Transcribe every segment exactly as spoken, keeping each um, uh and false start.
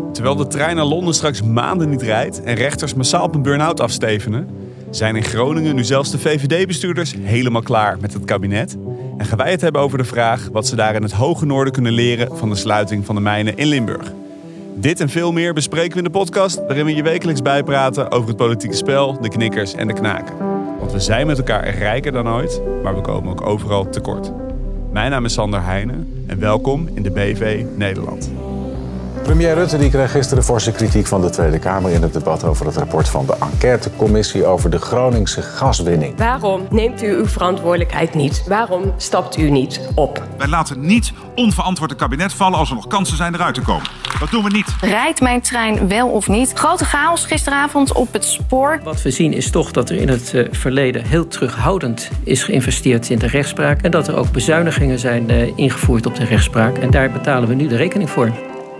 Terwijl de trein naar Londen straks maanden niet rijdt en rechters massaal op een burn-out afstevenen, zijn in Groningen nu zelfs de V V D-bestuurders helemaal klaar met het kabinet. En gaan wij het hebben over de vraag wat ze daar in het hoge noorden kunnen leren van de sluiting van de mijnen in Limburg. Dit en veel meer bespreken we in de podcast, waarin we je wekelijks bijpraten over het politieke spel, de knikkers en de knaken. Want we zijn met elkaar rijker dan ooit, maar we komen ook overal tekort. Mijn naam is Sander Heijnen en welkom in de B V Nederland. Premier Rutte die kreeg gisteren forse kritiek van de Tweede Kamer in het debat over het rapport van de enquêtecommissie over de Groningse gaswinning. Waarom neemt u uw verantwoordelijkheid niet? Waarom stapt u niet op? Wij laten niet onverantwoord het kabinet vallen als er nog kansen zijn eruit te komen. Dat doen we niet. Rijdt mijn trein wel of niet? Grote chaos gisteravond op het spoor. Wat we zien is toch dat er in het uh, verleden heel terughoudend is geïnvesteerd in de rechtspraak. En dat er ook bezuinigingen zijn uh, ingevoerd op de rechtspraak. En daar betalen we nu de rekening voor.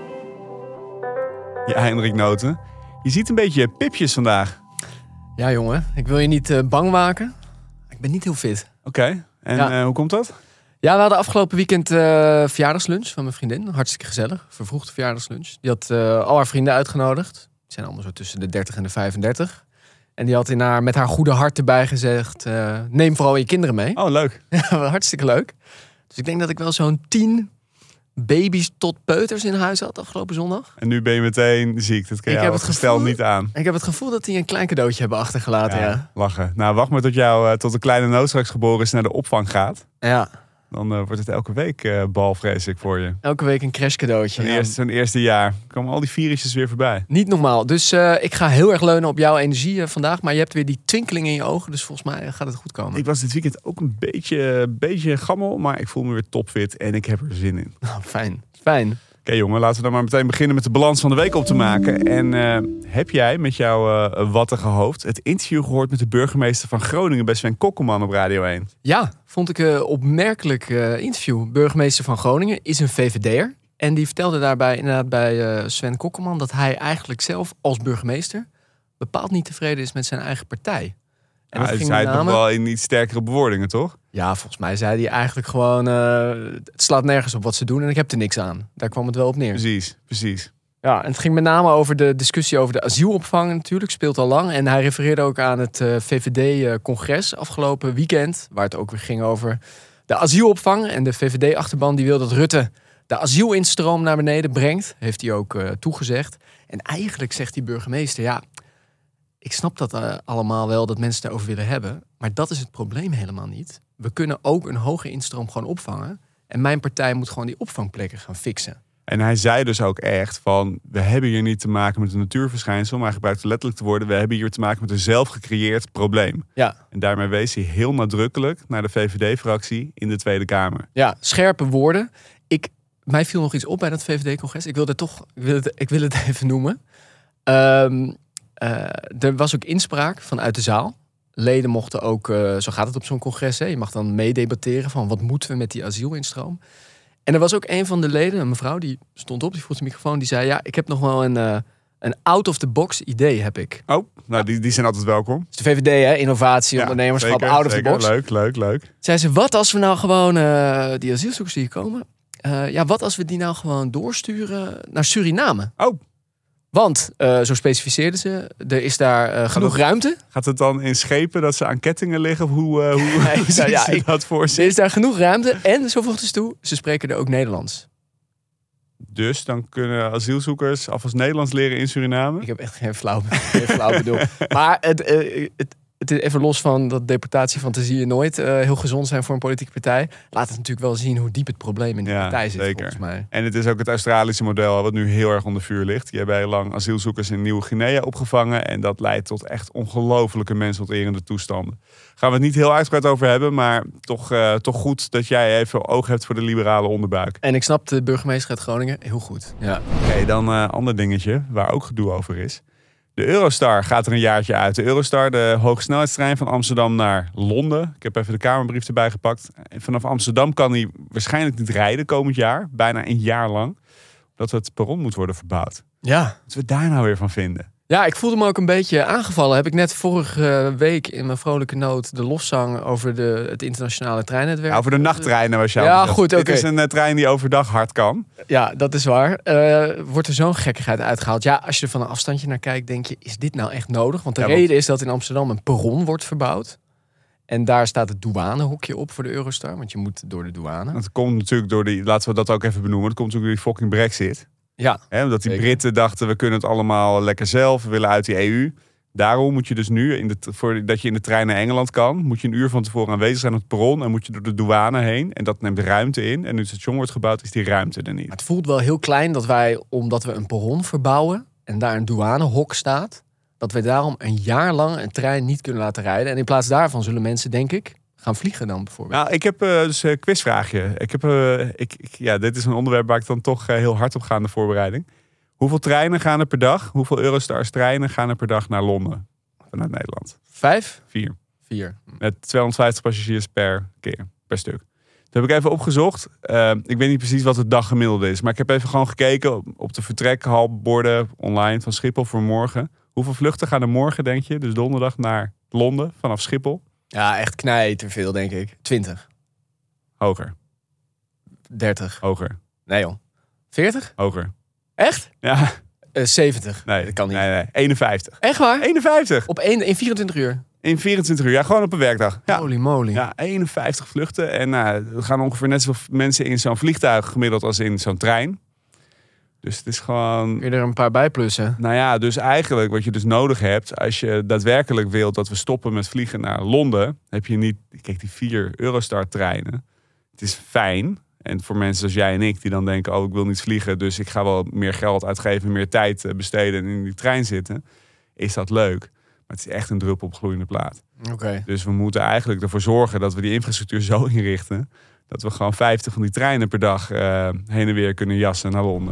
Ja, Hendrik Noten. Je ziet een beetje pipjes vandaag. Ja, jongen. Ik wil je niet uh, bang maken. Ik ben niet heel fit. Oké. Okay. En ja. uh, hoe komt dat? Ja, we hadden afgelopen weekend uh, verjaardagslunch van mijn vriendin. Hartstikke gezellig. Vervroegde verjaardagslunch. Die had uh, al haar vrienden uitgenodigd. Die zijn allemaal zo tussen de dertig en de vijfendertig. En die had in haar, met haar goede hart erbij gezegd... Uh, neem vooral je kinderen mee. Oh, leuk. Ja, hartstikke leuk. Dus ik denk dat ik wel zo'n tien... baby's tot peuters in huis had afgelopen zondag. En nu ben je meteen ziek. Dat kan je het gestel niet aan. Ik heb het gevoel dat die een klein cadeautje hebben achtergelaten. Ja, ja. Lachen. Nou, wacht maar tot jou, uh, tot de kleine nood straks geboren is naar de opvang gaat. Ja. Dan uh, wordt het elke week uh, bal, vrees ik, voor je. Elke week een crash cadeautje. Zo'n, ja. eerste, zo'n eerste jaar. Komen al die virusjes weer voorbij. Niet normaal. Dus uh, ik ga heel erg leunen op jouw energie uh, vandaag. Maar je hebt weer die twinkeling in je ogen. Dus volgens mij uh, gaat het goed komen. Ik was dit weekend ook een beetje, beetje gammel. Maar ik voel me weer topfit. En ik heb er zin in. Nou, fijn. Fijn. Oké okay, jongen, laten we dan maar meteen beginnen met de balans van de week op te maken. En uh, heb jij met jouw uh, wattige hoofd het interview gehoord met de burgemeester van Groningen bij Sven Kokkelman op Radio één? Ja, vond ik een opmerkelijk uh, interview. Burgemeester van Groningen is een V V D'er. En die vertelde daarbij inderdaad bij uh, Sven Kokkelman dat hij eigenlijk zelf als burgemeester bepaald niet tevreden is met zijn eigen partij. En ja, hij zei het nog wel in iets sterkere bewoordingen, toch? Ja, volgens mij zei hij eigenlijk gewoon... Uh, het slaat nergens op wat ze doen en ik heb er niks aan. Daar kwam het wel op neer. Precies, precies. Ja, en het ging met name over de discussie over de asielopvang natuurlijk. Speelt al lang. En hij refereerde ook aan het uh, V V D-congres afgelopen weekend. Waar het ook weer ging over de asielopvang. En de V V D-achterban die wil dat Rutte de asielinstroom naar beneden brengt. Heeft hij ook uh, toegezegd. En eigenlijk zegt die burgemeester... ja. Ik snap dat uh, allemaal wel, dat mensen het erover willen hebben. Maar dat is het probleem helemaal niet. We kunnen ook een hoge instroom gewoon opvangen. En mijn partij moet gewoon die opvangplekken gaan fixen. En hij zei dus ook echt van... we hebben hier niet te maken met een natuurverschijnsel... maar hij gebruikte letterlijk de woorden... we hebben hier te maken met een zelf gecreëerd probleem. Ja. En daarmee wees hij heel nadrukkelijk... naar de V V D-fractie in de Tweede Kamer. Ja, scherpe woorden. Ik, mij viel nog iets op bij dat V V D-congres. Ik wil het toch, ik wil het, ik wil het even noemen. Um, Uh, er was ook inspraak vanuit de zaal. Leden mochten ook, uh, zo gaat het op zo'n congres, hè? Je mag dan meedebatteren van wat moeten we met die asielinstroom. En er was ook een van de leden, een mevrouw, die stond op, die vroeg de microfoon, die zei, ja, ik heb nog wel een, uh, een out-of-the-box idee, heb ik. Oh, nou, die, die zijn altijd welkom. Dus de V V D, hè? Innovatie, ja, ondernemerschap, zeker, out of zeker. the box. Leuk, leuk, leuk. Zei ze, wat als we nou gewoon, uh, die asielzoekers die hier komen, uh, ja, wat als we die nou gewoon doorsturen naar Suriname? Oh. Want, uh, zo specificeerden ze, er is daar uh, genoeg het, ruimte. Gaat het dan in schepen dat ze aan kettingen liggen? Of hoe, uh, hoe, nee, hoe nou, ja, ik, dat voor zich? Er is daar genoeg ruimte en, zo voegden ze toe, ze spreken er ook Nederlands. Dus dan kunnen asielzoekers alvast Nederlands leren in Suriname? Ik heb echt geen flauw, geen flauw bedoel. Maar het, uh, het, het is even los van dat deportatiefantasieën nooit uh, heel gezond zijn voor een politieke partij. Laat het natuurlijk wel zien hoe diep het probleem in de ja, partij zit, zeker. Volgens mij. En het is ook het Australische model wat nu heel erg onder vuur ligt. Die hebben heel lang asielzoekers in Nieuw-Guinea opgevangen. En dat leidt tot echt ongelofelijke mensonterende toestanden. Gaan we het niet heel uitgebreid over hebben. Maar toch, uh, toch goed dat jij even oog hebt voor de liberale onderbuik. En ik snap de burgemeester uit Groningen heel goed. Ja. Oké, okay, dan een uh, ander dingetje waar ook gedoe over is. De Eurostar gaat er een jaartje uit. De Eurostar, de hogesnelheidstrein van Amsterdam naar Londen. Ik heb even de Kamerbrief erbij gepakt. En vanaf Amsterdam kan hij waarschijnlijk niet rijden komend jaar. Bijna een jaar lang. Omdat het perron moet worden verbouwd. Ja. Wat we daar nou weer van vinden. Ja, ik voelde me ook een beetje aangevallen. Heb ik net vorige week in mijn vrolijke noot de lofzang over de, het internationale treinnetwerk. Ja, over de nachttreinen was jou. Ja, gezegd. goed, oké. Dit is een uh, trein die overdag hard kan. Ja, dat is waar. Uh, wordt er zo'n gekkigheid uitgehaald. Ja, als je er van een afstandje naar kijkt, denk je, is dit nou echt nodig? Want de ja, reden want... is dat in Amsterdam een perron wordt verbouwd. En daar staat het douanehokje op voor de Eurostar. Want je moet door de douane. Het komt natuurlijk door die, laten we dat ook even benoemen. Het komt natuurlijk door die fucking Brexit. Ja. He, omdat die Britten dachten, we kunnen het allemaal lekker zelf. We willen uit die E U. Daarom moet je dus nu, in de, voor, dat je in de trein naar Engeland kan, moet je een uur van tevoren aanwezig zijn op het perron. En moet je door de douane heen. En dat neemt ruimte in. En nu het station wordt gebouwd, is die ruimte er niet. Het voelt wel heel klein dat wij, omdat we een perron verbouwen en daar een douanehok staat, dat we daarom een jaar lang een trein niet kunnen laten rijden. En in plaats daarvan zullen mensen, denk ik, gaan vliegen dan bijvoorbeeld. Nou, ik heb uh, dus een uh, quizvraagje. Ik heb, uh, ik, ik, ja, dit is een onderwerp waar ik dan toch uh, heel hard op ga in de voorbereiding. Hoeveel treinen gaan er per dag? Hoeveel Eurostars treinen gaan er per dag naar Londen vanuit Nederland? Vijf? Vier. Vier. Met tweehonderdvijftig passagiers per keer, per stuk. Dat heb ik even opgezocht. Uh, ik weet niet precies wat het daggemiddelde is. Maar ik heb even gewoon gekeken op de vertrekhalborden online van Schiphol voor morgen. Hoeveel vluchten gaan er morgen, denk je? Dus donderdag naar Londen vanaf Schiphol? Ja, echt knijterveel, denk ik. twintig. Hoger. dertig. Hoger. Nee joh. veertig? Hoger. Echt? Ja. Uh, zeventig. Nee, dat kan niet. Nee, nee. eenenvijftig. Echt waar? eenenvijftig. Op één, in vierentwintig uur? In vierentwintig uur. Ja, gewoon op een werkdag. Ja. Holy moly. Ja, eenenvijftig vluchten. En uh, er gaan ongeveer net zoveel mensen in zo'n vliegtuig gemiddeld als in zo'n trein. Dus het is gewoon... Kun je er een paar bij plussen? Nou ja, dus eigenlijk wat je dus nodig hebt, als je daadwerkelijk wilt dat we stoppen met vliegen naar Londen, heb je niet, kijk, die vier Eurostar treinen. Het is fijn. En voor mensen zoals jij en ik, die dan denken, oh, ik wil niet vliegen, dus ik ga wel meer geld uitgeven, meer tijd besteden en in die trein zitten, is dat leuk. Maar het is echt een druppel op gloeiende plaat. Oké. Okay. Dus we moeten eigenlijk ervoor zorgen dat we die infrastructuur zo inrichten dat we gewoon vijftig van die treinen per dag uh, heen en weer kunnen jassen naar Londen.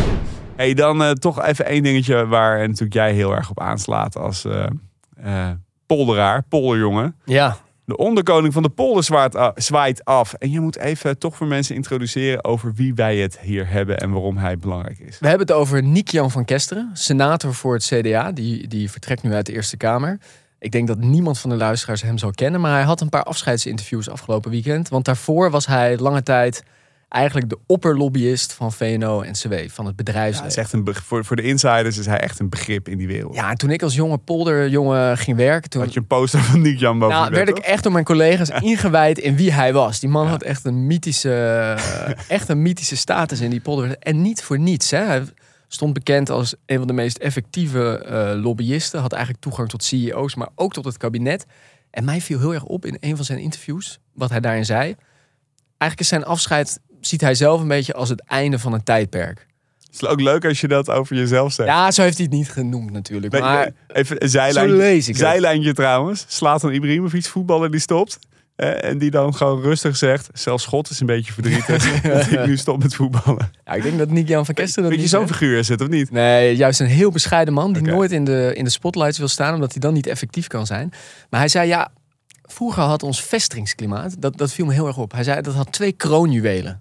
Hey, dan uh, toch even één dingetje waar natuurlijk jij heel erg op aanslaat als uh, uh, polderaar, polderjongen. Ja. De onderkoning van de polder zwaait, uh, zwaait af. En je moet even toch voor mensen introduceren over wie wij het hier hebben en waarom hij belangrijk is. We hebben het over Niek-Jan van Kesteren, senator voor het C D A. Die, die vertrekt nu uit de Eerste Kamer. Ik denk dat niemand van de luisteraars hem zal kennen. Maar hij had een paar afscheidsinterviews afgelopen weekend. Want daarvoor was hij lange tijd eigenlijk de opperlobbyist van V N O N C W, van het bedrijfsleven. Ja, is echt een be- voor, voor de insiders is hij echt een begrip in die wereld. Ja, en toen ik als jonge polderjongen ging werken, toen had je een poster van Niek-Jan boven nou, werd ik echt door mijn collega's ingewijd in wie hij was. Die man ja. had echt een mythische, echt een mythische status in die polder. En niet voor niets. Hè. Hij stond bekend als een van de meest effectieve uh, lobbyisten. Had eigenlijk toegang tot C E O's, maar ook tot het kabinet. En mij viel heel erg op in een van zijn interviews, wat hij daarin zei. Eigenlijk is zijn afscheid, ziet hij zelf een beetje als het einde van een tijdperk. Het is ook leuk als je dat over jezelf zegt. Ja, zo heeft hij het niet genoemd natuurlijk. Nee, maar even een zijlijntje, zijlijntje trouwens. Zlatan Ibrahimovic, voetballer die stopt. Eh, en die dan gewoon rustig zegt, zelfs God is een beetje verdrietig dat ik nu stop met voetballen. Ja, ik denk dat Niek-Jan van Kesteren... Weet je zo'n figuur is het, of niet? Nee, juist een heel bescheiden man die okay. nooit in de, in de spotlights wil staan, omdat hij dan niet effectief kan zijn. Maar hij zei, ja, vroeger had ons vestigingsklimaat, dat, dat viel me heel erg op. Hij zei, dat had twee kroonjuwelen.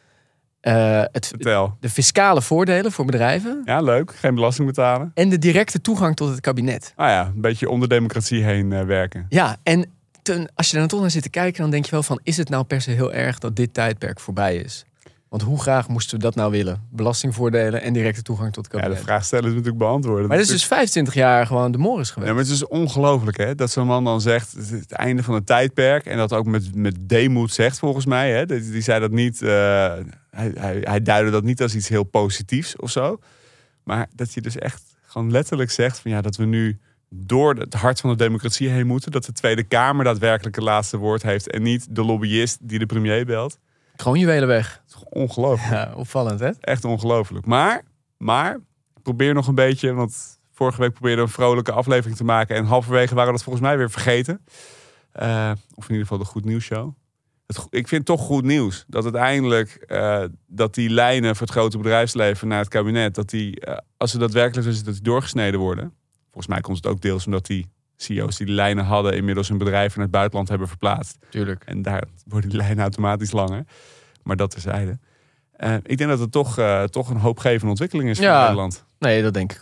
Uh, het, Vertel. De fiscale voordelen voor bedrijven. Ja, leuk. Geen belasting betalen. En de directe toegang tot het kabinet. Ah ja, een beetje om de democratie heen uh, werken. Ja, en ten, als je er dan toch naar zit te kijken, dan denk je wel van, is het nou per se heel erg dat dit tijdperk voorbij is? Want hoe graag moesten we dat nou willen? Belastingvoordelen en directe toegang tot het kabinet. Ja, de vraag stellen is natuurlijk beantwoorden. Maar dat is dus vijfentwintig jaar gewoon de Morris geweest. Ja, maar het is dus ongelooflijk, hè? Dat zo'n man dan zegt, het, het einde van het tijdperk. En dat ook met, met deemoed zegt, volgens mij. Hè? Die, die zei dat niet, uh, hij, hij, hij duidde dat niet als iets heel positiefs of zo. Maar dat je dus echt gewoon letterlijk zegt van ja, dat we nu door het hart van de democratie heen moeten. Dat de Tweede Kamer daadwerkelijk het laatste woord heeft. En niet de lobbyist die de premier belt. Kroonjuwelen weg. Het is ongelooflijk. Ja, opvallend, hè? Echt ongelooflijk. Maar, maar, probeer nog een beetje, want vorige week probeerde een vrolijke aflevering te maken en halverwege waren we dat volgens mij weer vergeten. Uh, of in ieder geval de Goed Nieuws Show. Het, ik vind het toch goed nieuws dat uiteindelijk uh, dat die lijnen voor het grote bedrijfsleven naar het kabinet, dat die, uh, als ze daadwerkelijk zo is, dat die doorgesneden worden. Volgens mij komt het ook deels omdat die C E O's die die lijnen hadden inmiddels hun bedrijven naar het buitenland hebben verplaatst. Tuurlijk. En daar worden die lijnen automatisch langer. Maar dat terzijde. Uh, ik denk dat het toch, uh, toch een hoopgevende ontwikkeling is voor ja, Nederland. Nee, dat denk ik ook.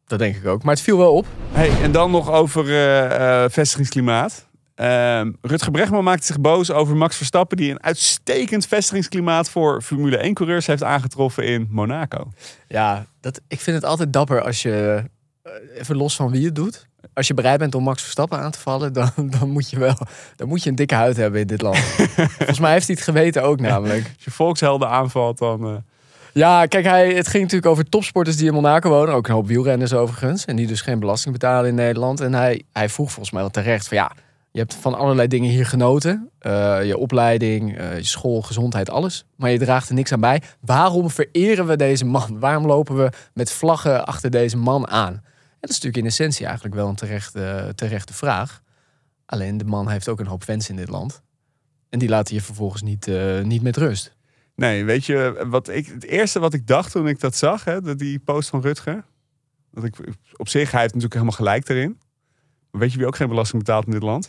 dat denk ik ook. Maar het viel wel op. Hey, en dan nog over uh, uh, vestigingsklimaat. Uh, Rutger Bregman maakte zich boos over Max Verstappen, die een uitstekend vestigingsklimaat voor Formule één-coureurs heeft aangetroffen in Monaco. Ja, dat, ik vind het altijd dapper als je, even los van wie het doet, als je bereid bent om Max Verstappen aan te vallen, dan, dan moet je wel, dan moet je een dikke huid hebben in dit land. Volgens mij heeft hij het geweten ook namelijk. Als je volkshelden aanvalt, dan... Uh... Ja, kijk, hij, het ging natuurlijk over topsporters die in Monaco wonen. Ook een hoop wielrenners overigens. En die dus geen belasting betalen in Nederland. En hij, hij vroeg volgens mij wel terecht van ja, je hebt van allerlei dingen hier genoten. Uh, je opleiding, uh, je school, gezondheid, alles. Maar je draagt er niks aan bij. Waarom vereren we deze man? Waarom lopen we met vlaggen achter deze man aan? En dat is natuurlijk in essentie eigenlijk wel een terechte, terechte vraag. Alleen de man heeft ook een hoop fans in dit land. En die laten je vervolgens niet, uh, niet met rust. Nee, weet je, wat ik, het eerste wat ik dacht toen ik dat zag, hè, dat die post van Rutger. Dat ik, op zich, hij heeft natuurlijk helemaal gelijk erin. Maar weet je wie ook geen belasting betaalt in dit land?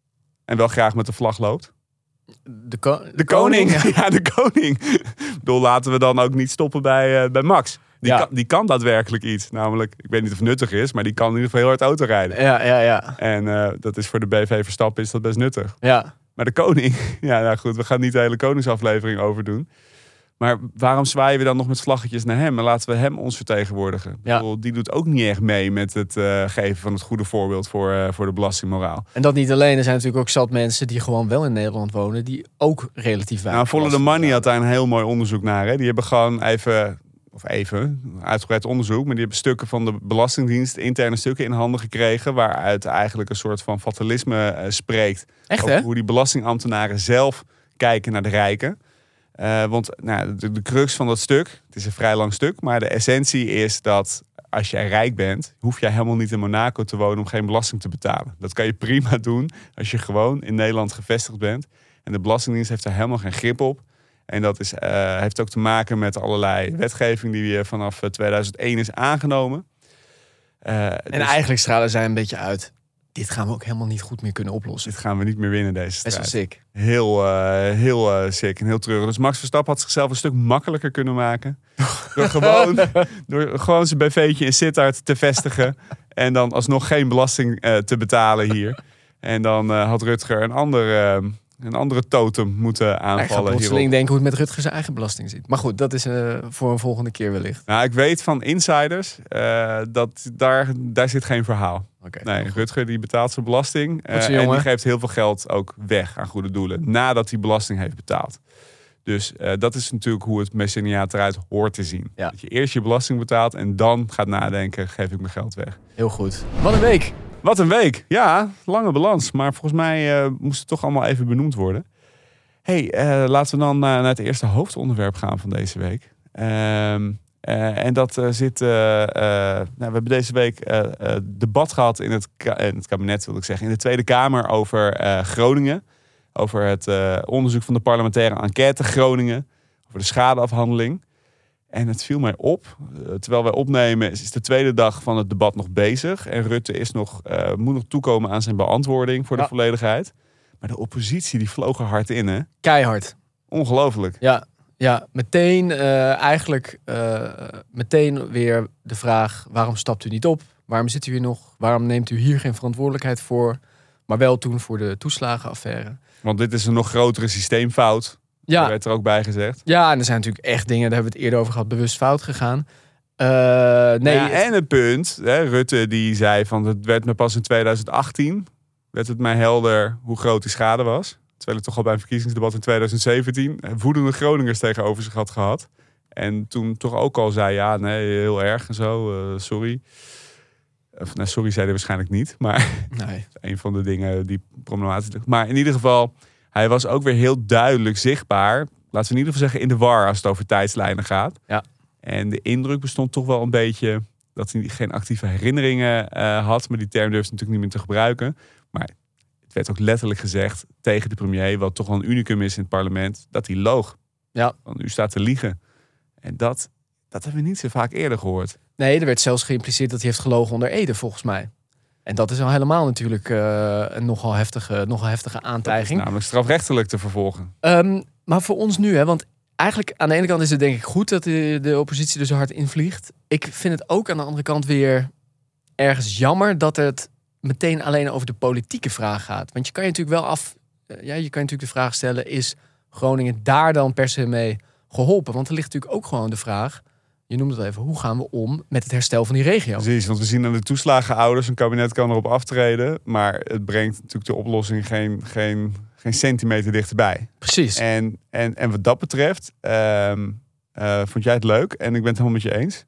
En wel graag met de vlag loopt? De, ko- de, de koning. koning. Ja, de koning. Ik bedoel, laten we dan ook niet stoppen bij, uh, bij Max. Die, ja. kan, die kan daadwerkelijk iets. Namelijk, ik weet niet of het nuttig is, maar die kan in ieder geval heel hard autorijden. Ja, ja, ja. En uh, dat is voor de B V Verstappen is dat best nuttig. Ja. Maar de koning, ja nou goed, we gaan niet de hele koningsaflevering overdoen. Maar waarom zwaaien we dan nog met vlaggetjes naar hem? En laten we hem ons vertegenwoordigen. Ja. Bedoel, die doet ook niet echt mee met het uh, geven van het goede voorbeeld voor, uh, voor de belastingmoraal. En dat niet alleen. Er zijn natuurlijk ook zat mensen die gewoon wel in Nederland wonen, die ook relatief weinig. Nou, Follow the Money had daar een heel mooi onderzoek naar. Hè? Die hebben gewoon even, of even, uitgebreid onderzoek, maar die hebben stukken van de Belastingdienst, interne stukken in handen gekregen, waaruit eigenlijk een soort van fatalisme uh, spreekt. Echt, over hè? hoe die belastingambtenaren zelf kijken naar de rijken. Uh, want nou, de, de crux van dat stuk, het is een vrij lang stuk, maar de essentie is dat als jij rijk bent, hoef jij helemaal niet in Monaco te wonen om geen belasting te betalen. Dat kan je prima doen als je gewoon in Nederland gevestigd bent. En de Belastingdienst heeft daar helemaal geen grip op. En dat is, uh, heeft ook te maken met allerlei wetgeving die vanaf tweeduizend één is aangenomen. Uh, en dus eigenlijk stralen zij een beetje uit. Dit gaan we ook helemaal niet goed meer kunnen oplossen. Dit gaan we niet meer winnen, deze strijd. Best wel sick. Heel, uh, heel uh, sick en heel treurig. Dus Max Verstappen had zichzelf een stuk makkelijker kunnen maken. Door gewoon, door gewoon zijn B V'tje in Sittard te vestigen. En dan alsnog geen belasting uh, te betalen hier. En dan uh, had Rutger een ander... Uh, een andere totem moeten aanvallen. Ik ga plotseling denken hoe het met Rutger zijn eigen belasting zit. Maar goed, dat is uh, voor een volgende keer wellicht. Nou, ik weet van insiders uh, dat daar, daar zit geen verhaal. Okay, nee, Rutger die betaalt zijn belasting. Uh, en die geeft heel veel geld ook weg aan goede doelen. Nadat hij belasting heeft betaald. Dus uh, dat is natuurlijk hoe het meceniaat eruit hoort te zien. Ja. Dat je eerst je belasting betaalt en dan gaat nadenken, geef ik mijn geld weg. Heel goed. Wat een week. Wat een week. Ja, lange balans. Maar volgens mij uh, moest het toch allemaal even benoemd worden. hey, uh, laten we dan naar, naar het eerste hoofdonderwerp gaan van deze week. Uh, uh, en dat uh, zit... Uh, uh, nou, we hebben deze week uh, uh, debat gehad in het, ka- in het kabinet, wil ik zeggen. In de Tweede Kamer over uh, Groningen. Over het uh, onderzoek van de parlementaire enquête Groningen. Over de schadeafhandeling. En het viel mij op, terwijl wij opnemen, is de tweede dag van het debat nog bezig. En Rutte is nog, uh, moet nog toekomen aan zijn beantwoording voor ja. de volledigheid. Maar de oppositie die vloog er hard in, hè? Keihard. Ongelooflijk. Ja, ja meteen uh, eigenlijk uh, meteen weer de vraag, waarom stapt u niet op? Waarom zit u hier nog? Waarom neemt u hier geen verantwoordelijkheid voor? Maar wel toen voor de toeslagenaffaire. Want dit is een nog grotere systeemfout. Ja. Dat werd er ook bij gezegd. Ja, en er zijn natuurlijk echt dingen, daar hebben we het eerder over gehad, bewust fout gegaan. Uh, nee, ja, en een punt, hè, Rutte die zei van, het werd me pas in tweeduizend achttien, werd het mij helder hoe groot die schade was. Terwijl ik toch al bij een verkiezingsdebat in tweeduizend zeventien woedende Groningers tegenover zich had gehad. En toen toch ook al zei, ja, nee, heel erg en zo, uh, sorry. Of, nou, sorry zei hij waarschijnlijk niet, maar nee. een van de dingen die problematisch ligt. Maar in ieder geval... Hij was ook weer heel duidelijk zichtbaar. Laten we in ieder geval zeggen in de war als het over tijdslijnen gaat. Ja. En de indruk bestond toch wel een beetje dat hij geen actieve herinneringen uh, had. Maar die term durfde natuurlijk niet meer te gebruiken. Maar het werd ook letterlijk gezegd tegen de premier, wat toch wel een unicum is in het parlement, dat hij loog. Ja. Want u staat te liegen. En dat, dat hebben we niet zo vaak eerder gehoord. Nee, er werd zelfs geïmpliceerd dat hij heeft gelogen onder ede, volgens mij. En dat is al helemaal natuurlijk uh, een nogal heftige, nogal heftige aantijging. Dat is namelijk strafrechtelijk te vervolgen. Um, maar voor ons nu, hè, want eigenlijk aan de ene kant is het denk ik goed dat de, de oppositie er zo hard invliegt. Ik vind het ook aan de andere kant weer ergens jammer dat het meteen alleen over de politieke vraag gaat. Want je kan je natuurlijk wel af... Ja, je kan je natuurlijk de vraag stellen, is Groningen daar dan per se mee geholpen? Want er ligt natuurlijk ook gewoon de vraag, je noemde het al even, hoe gaan we om met het herstel van die regio? Precies, want we zien aan de toeslagenouders, een kabinet kan erop aftreden, maar het brengt natuurlijk de oplossing geen, geen, geen centimeter dichterbij. Precies. En, en, en wat dat betreft, uh, uh, vond jij het leuk, en ik ben het helemaal met je eens,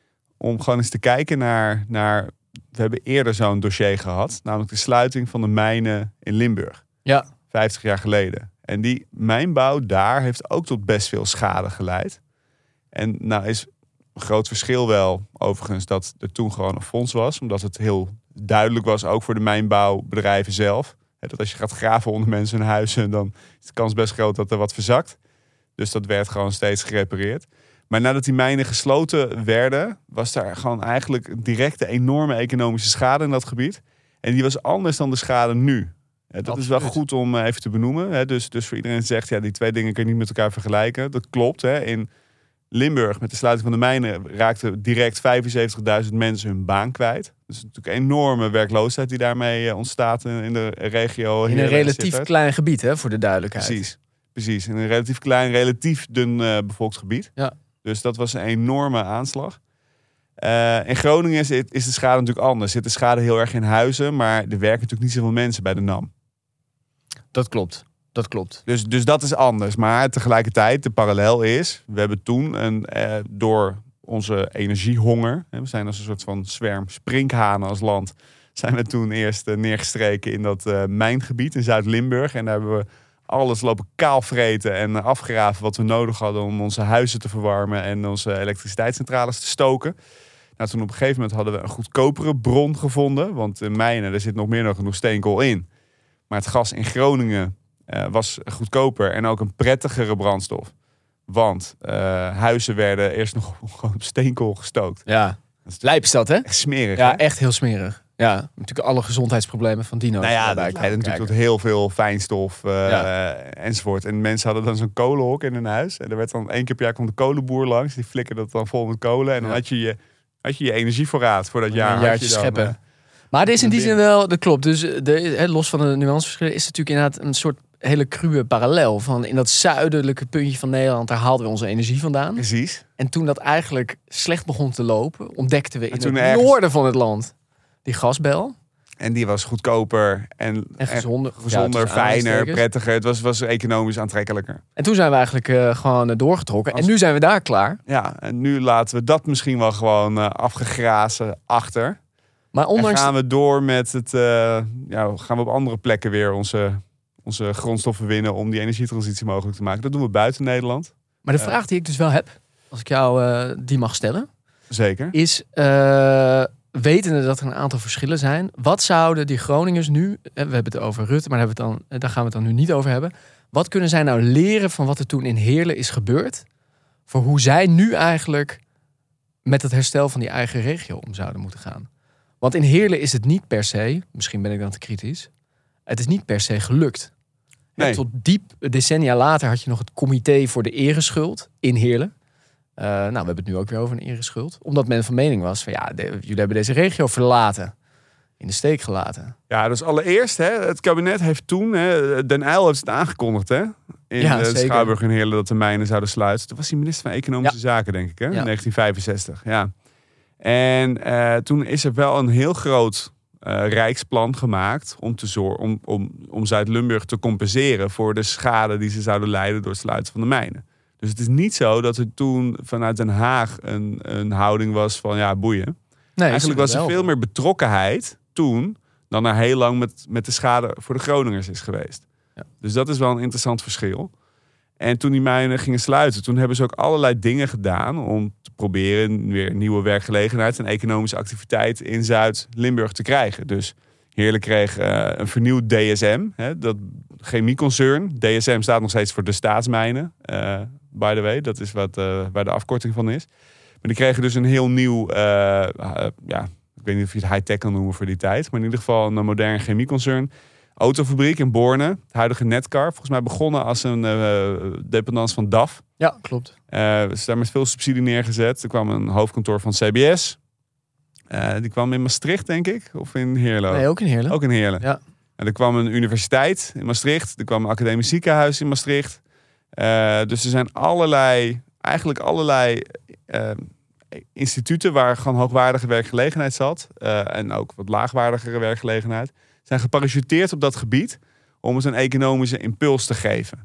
om gewoon eens te kijken naar, naar we hebben eerder zo'n dossier gehad, namelijk de sluiting van de mijnen in Limburg. Ja. vijftig jaar geleden. En die mijnbouw daar heeft ook tot best veel schade geleid. En nou is een groot verschil wel overigens dat er toen gewoon een fonds was. Omdat het heel duidelijk was, ook voor de mijnbouwbedrijven zelf. Dat als je gaat graven onder mensen hun huizen, dan is de kans best groot dat er wat verzakt. Dus dat werd gewoon steeds gerepareerd. Maar nadat die mijnen gesloten werden, was daar gewoon eigenlijk direct een enorme economische schade in dat gebied. En die was anders dan de schade nu. Ja, dat Absoluut. Is wel goed om even te benoemen. Hè. Dus, dus voor iedereen die zegt, ja, die twee dingen kun je niet met elkaar vergelijken. Dat klopt. Hè. In Limburg, met de sluiting van de mijnen, raakten direct vijfenzeventigduizend mensen hun baan kwijt. Dus natuurlijk een enorme werkloosheid die daarmee ontstaat in de regio. In een relatief klein gebied, hè, voor de duidelijkheid. Precies. Precies. In een relatief klein, relatief dun uh, bevolkt gebied. Ja. Dus dat was een enorme aanslag. Uh, in Groningen is, is de schade natuurlijk anders. Zit de schade heel erg in huizen, maar er werken natuurlijk niet zoveel mensen bij de N A M. Dat klopt. Dat klopt. Dus, dus dat is anders. Maar tegelijkertijd, de parallel is, we hebben toen een, eh, door onze energiehonger, hè, we zijn als een soort van zwerm sprinkhanen als land, zijn we toen eerst uh, neergestreken in dat uh, mijngebied in Zuid-Limburg. En daar hebben we alles lopen kaalvreten en uh, afgraven wat we nodig hadden om onze huizen te verwarmen en onze elektriciteitscentrales te stoken. Nou, toen op een gegeven moment hadden we een goedkopere bron gevonden. Want in mijnen, er zit nog meer dan genoeg steenkool in. Maar het gas in Groningen uh, was goedkoper en ook een prettigere brandstof. Want uh, huizen werden eerst nog gewoon op steenkool gestookt. Ja, lijp is dat, hè? Echt smerig, Ja, hè? echt heel smerig. Ja, natuurlijk alle gezondheidsproblemen van dino. Nou ja, dat leidt natuurlijk tot heel veel fijnstof uh, Ja. uh, enzovoort. En mensen hadden dan zo'n kolenhok in hun huis. En er werd dan één keer per jaar kwam de kolenboer langs. Die flikkerde dat dan vol met kolen. En dan Ja. had je je, had je je energievoorraad voor dat jaar. Een had jaartje je dan, scheppen. uh, Maar dit is in die binnen. zin wel, dat klopt. Dus de, hè, los van de nuanceverschillen is het natuurlijk inderdaad een soort hele cruwe parallel. Van in dat zuidelijke puntje van Nederland, daar haalden we onze energie vandaan. Precies. En toen dat eigenlijk slecht begon te lopen, ontdekten we in En toen het ergens- noorden van het land die gasbel. En die was goedkoper en, En gezonder, ja, gezonder, tussen fijner, aanhalingstekens. prettiger. Het was, was economisch aantrekkelijker. En toen zijn we eigenlijk uh, gewoon uh, doorgetrokken. Als- En nu zijn we daar klaar. Ja, en nu laten we dat misschien wel gewoon uh, afgegrazen achter. Maar ondanks... En gaan we door met het... Uh, ja, gaan we op andere plekken weer onze, onze grondstoffen winnen om die energietransitie mogelijk te maken. Dat doen we buiten Nederland. Maar de Uh, vraag die ik dus wel heb, als ik jou uh, die mag stellen, Zeker. is, uh, wetende dat er een aantal verschillen zijn, wat zouden die Groningers nu, we hebben het over Rutte, maar daar, hebben we het dan, daar gaan we het dan nu niet over hebben, wat kunnen zij nou leren van wat er toen in Heerlen is gebeurd, voor hoe zij nu eigenlijk met het herstel van die eigen regio om zouden moeten gaan? Want in Heerlen is het niet per se, misschien ben ik dan te kritisch, het is niet per se gelukt. Nee. En tot diep decennia later had je nog het comité voor de ereschuld in Heerlen. Uh, nou, we hebben het nu ook weer over een ereschuld. Omdat men van mening was van ja, de, jullie hebben deze regio verlaten. In de steek gelaten. Ja, dus allereerst, hè, het kabinet heeft toen, hè, Den Uyl heeft het aangekondigd, hè, in Ja, de zeker. Schouwburg in Heerlen, dat de mijnen zouden sluiten. Toen was hij minister van Economische Ja. Zaken, denk ik, hè, Ja. in negentien vijfenzestig. Ja. En uh, toen is er wel een heel groot uh, rijksplan gemaakt om, te zor- om, om, om Zuid-Limburg te compenseren voor de schade die ze zouden leiden door het sluiten van de mijnen. Dus het is niet zo dat er toen vanuit Den Haag een, een houding was van ja, boeien. Nee, Eigenlijk was er veel meer betrokkenheid toen dan er heel lang met, met de schade voor de Groningers is geweest. Ja. Dus dat is wel een interessant verschil. En toen die mijnen gingen sluiten, toen hebben ze ook allerlei dingen gedaan om te proberen weer nieuwe werkgelegenheid en economische activiteit in Zuid-Limburg te krijgen. Dus Heerlen kreeg uh, een vernieuwd D S M, hè, dat chemieconcern. D S M staat nog steeds voor de staatsmijnen, uh, by the way. Dat is wat, uh, waar de afkorting van is. Maar die kregen dus een heel nieuw, uh, uh, ja, ik weet niet of je het high-tech kan noemen voor die tijd, maar in ieder geval een modern chemieconcern. Autofabriek in Borne, het huidige Netcar. Volgens mij begonnen als een uh, dependance van D A F. Ja, klopt. Uh, ze is daar met veel subsidie neergezet. Er kwam een hoofdkantoor van C B S. Uh, die kwam in Maastricht, denk ik. Of in Heerlen? Nee, ook in Heerlen. Ook in Heerlen. Ja. En er kwam een universiteit in Maastricht. Er kwam een academisch ziekenhuis in Maastricht. Uh, dus er zijn allerlei, eigenlijk allerlei uh, instituten waar gewoon hoogwaardige werkgelegenheid zat. Uh, en ook wat laagwaardigere werkgelegenheid. Zijn geparachuteerd op dat gebied om het een economische impuls te geven.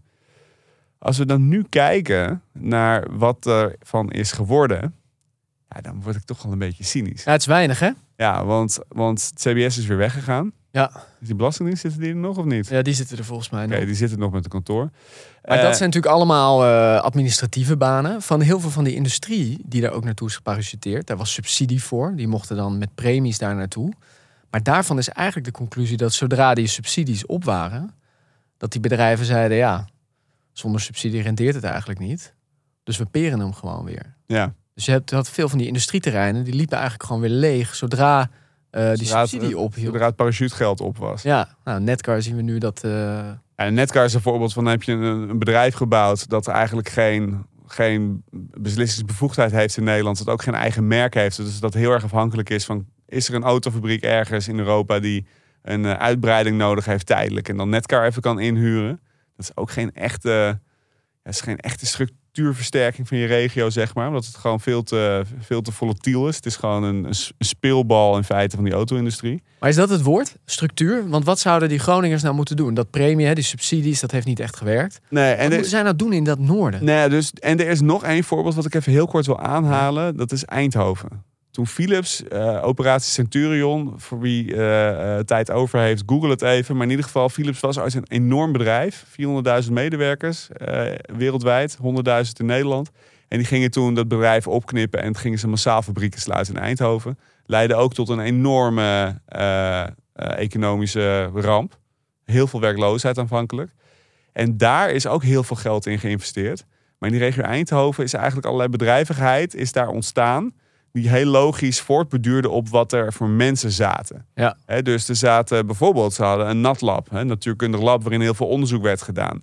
Als we dan nu kijken naar wat er van is geworden, ja, dan word ik toch wel een beetje cynisch. Ja, het is weinig, hè? Ja, want, want het C B S is weer weggegaan. Ja. Is die Belastingdienst, zitten die er nog of niet? Ja, die zitten er volgens mij nog. Oké, okay, die zitten nog met de kantoor. Maar uh, dat zijn natuurlijk allemaal uh, administratieve banen. Van heel veel van die industrie die daar ook naartoe is geparachuteerd. Daar was subsidie voor. Die mochten dan met premies daar naartoe. Maar daarvan is eigenlijk de conclusie dat zodra die subsidies op waren, dat die bedrijven zeiden, ja, zonder subsidie rendeert het eigenlijk niet. Dus we peren hem gewoon weer. Ja. Dus je hebt had veel van die industrieterreinen, die liepen eigenlijk gewoon weer leeg zodra uh, die zodra subsidie het, ophield. Zodra het parachutegeld op was. Ja, nou, Netcar zien we nu dat... Uh... Ja, Netcar is een voorbeeld van, dan heb je een, een bedrijf gebouwd dat eigenlijk geen, geen beslissingsbevoegdheid heeft in Nederland. Dat ook geen eigen merk heeft. Dus dat heel erg afhankelijk is van, is er een autofabriek ergens in Europa die een uh, uitbreiding nodig heeft tijdelijk en dan Netcar even kan inhuren. Dat is ook geen echte, ja, is geen echte structuurversterking van je regio, zeg maar. Omdat het gewoon veel te, veel te volatiel is. Het is gewoon een, een speelbal in feite van die auto-industrie. Maar is dat het woord? Structuur? Want wat zouden die Groningers nou moeten doen? Dat premie, hè, die subsidies, dat heeft niet echt gewerkt. Nee, en wat de, moeten zij nou doen in dat noorden? Nee, dus, en er is nog één voorbeeld wat ik even heel kort wil aanhalen. Dat is Eindhoven. Toen Philips, uh, operatie Centurion, voor wie uh, uh, tijd over heeft, google het even. Maar in ieder geval, Philips was uit een enorm bedrijf. vierhonderdduizend medewerkers uh, wereldwijd, honderdduizend in Nederland. En die gingen toen dat bedrijf opknippen en gingen ze massaal fabrieken sluiten in Eindhoven. Leidde ook tot een enorme uh, uh, economische ramp. Heel veel werkloosheid aanvankelijk. En daar is ook heel veel geld in geïnvesteerd. Maar in die regio Eindhoven is eigenlijk allerlei bedrijvigheid is daar ontstaan, die heel logisch voortbeduurde op wat er voor mensen zaten. Ja. He, dus er zaten bijvoorbeeld, ze hadden een natlab, een natuurkundig lab, waarin heel veel onderzoek werd gedaan.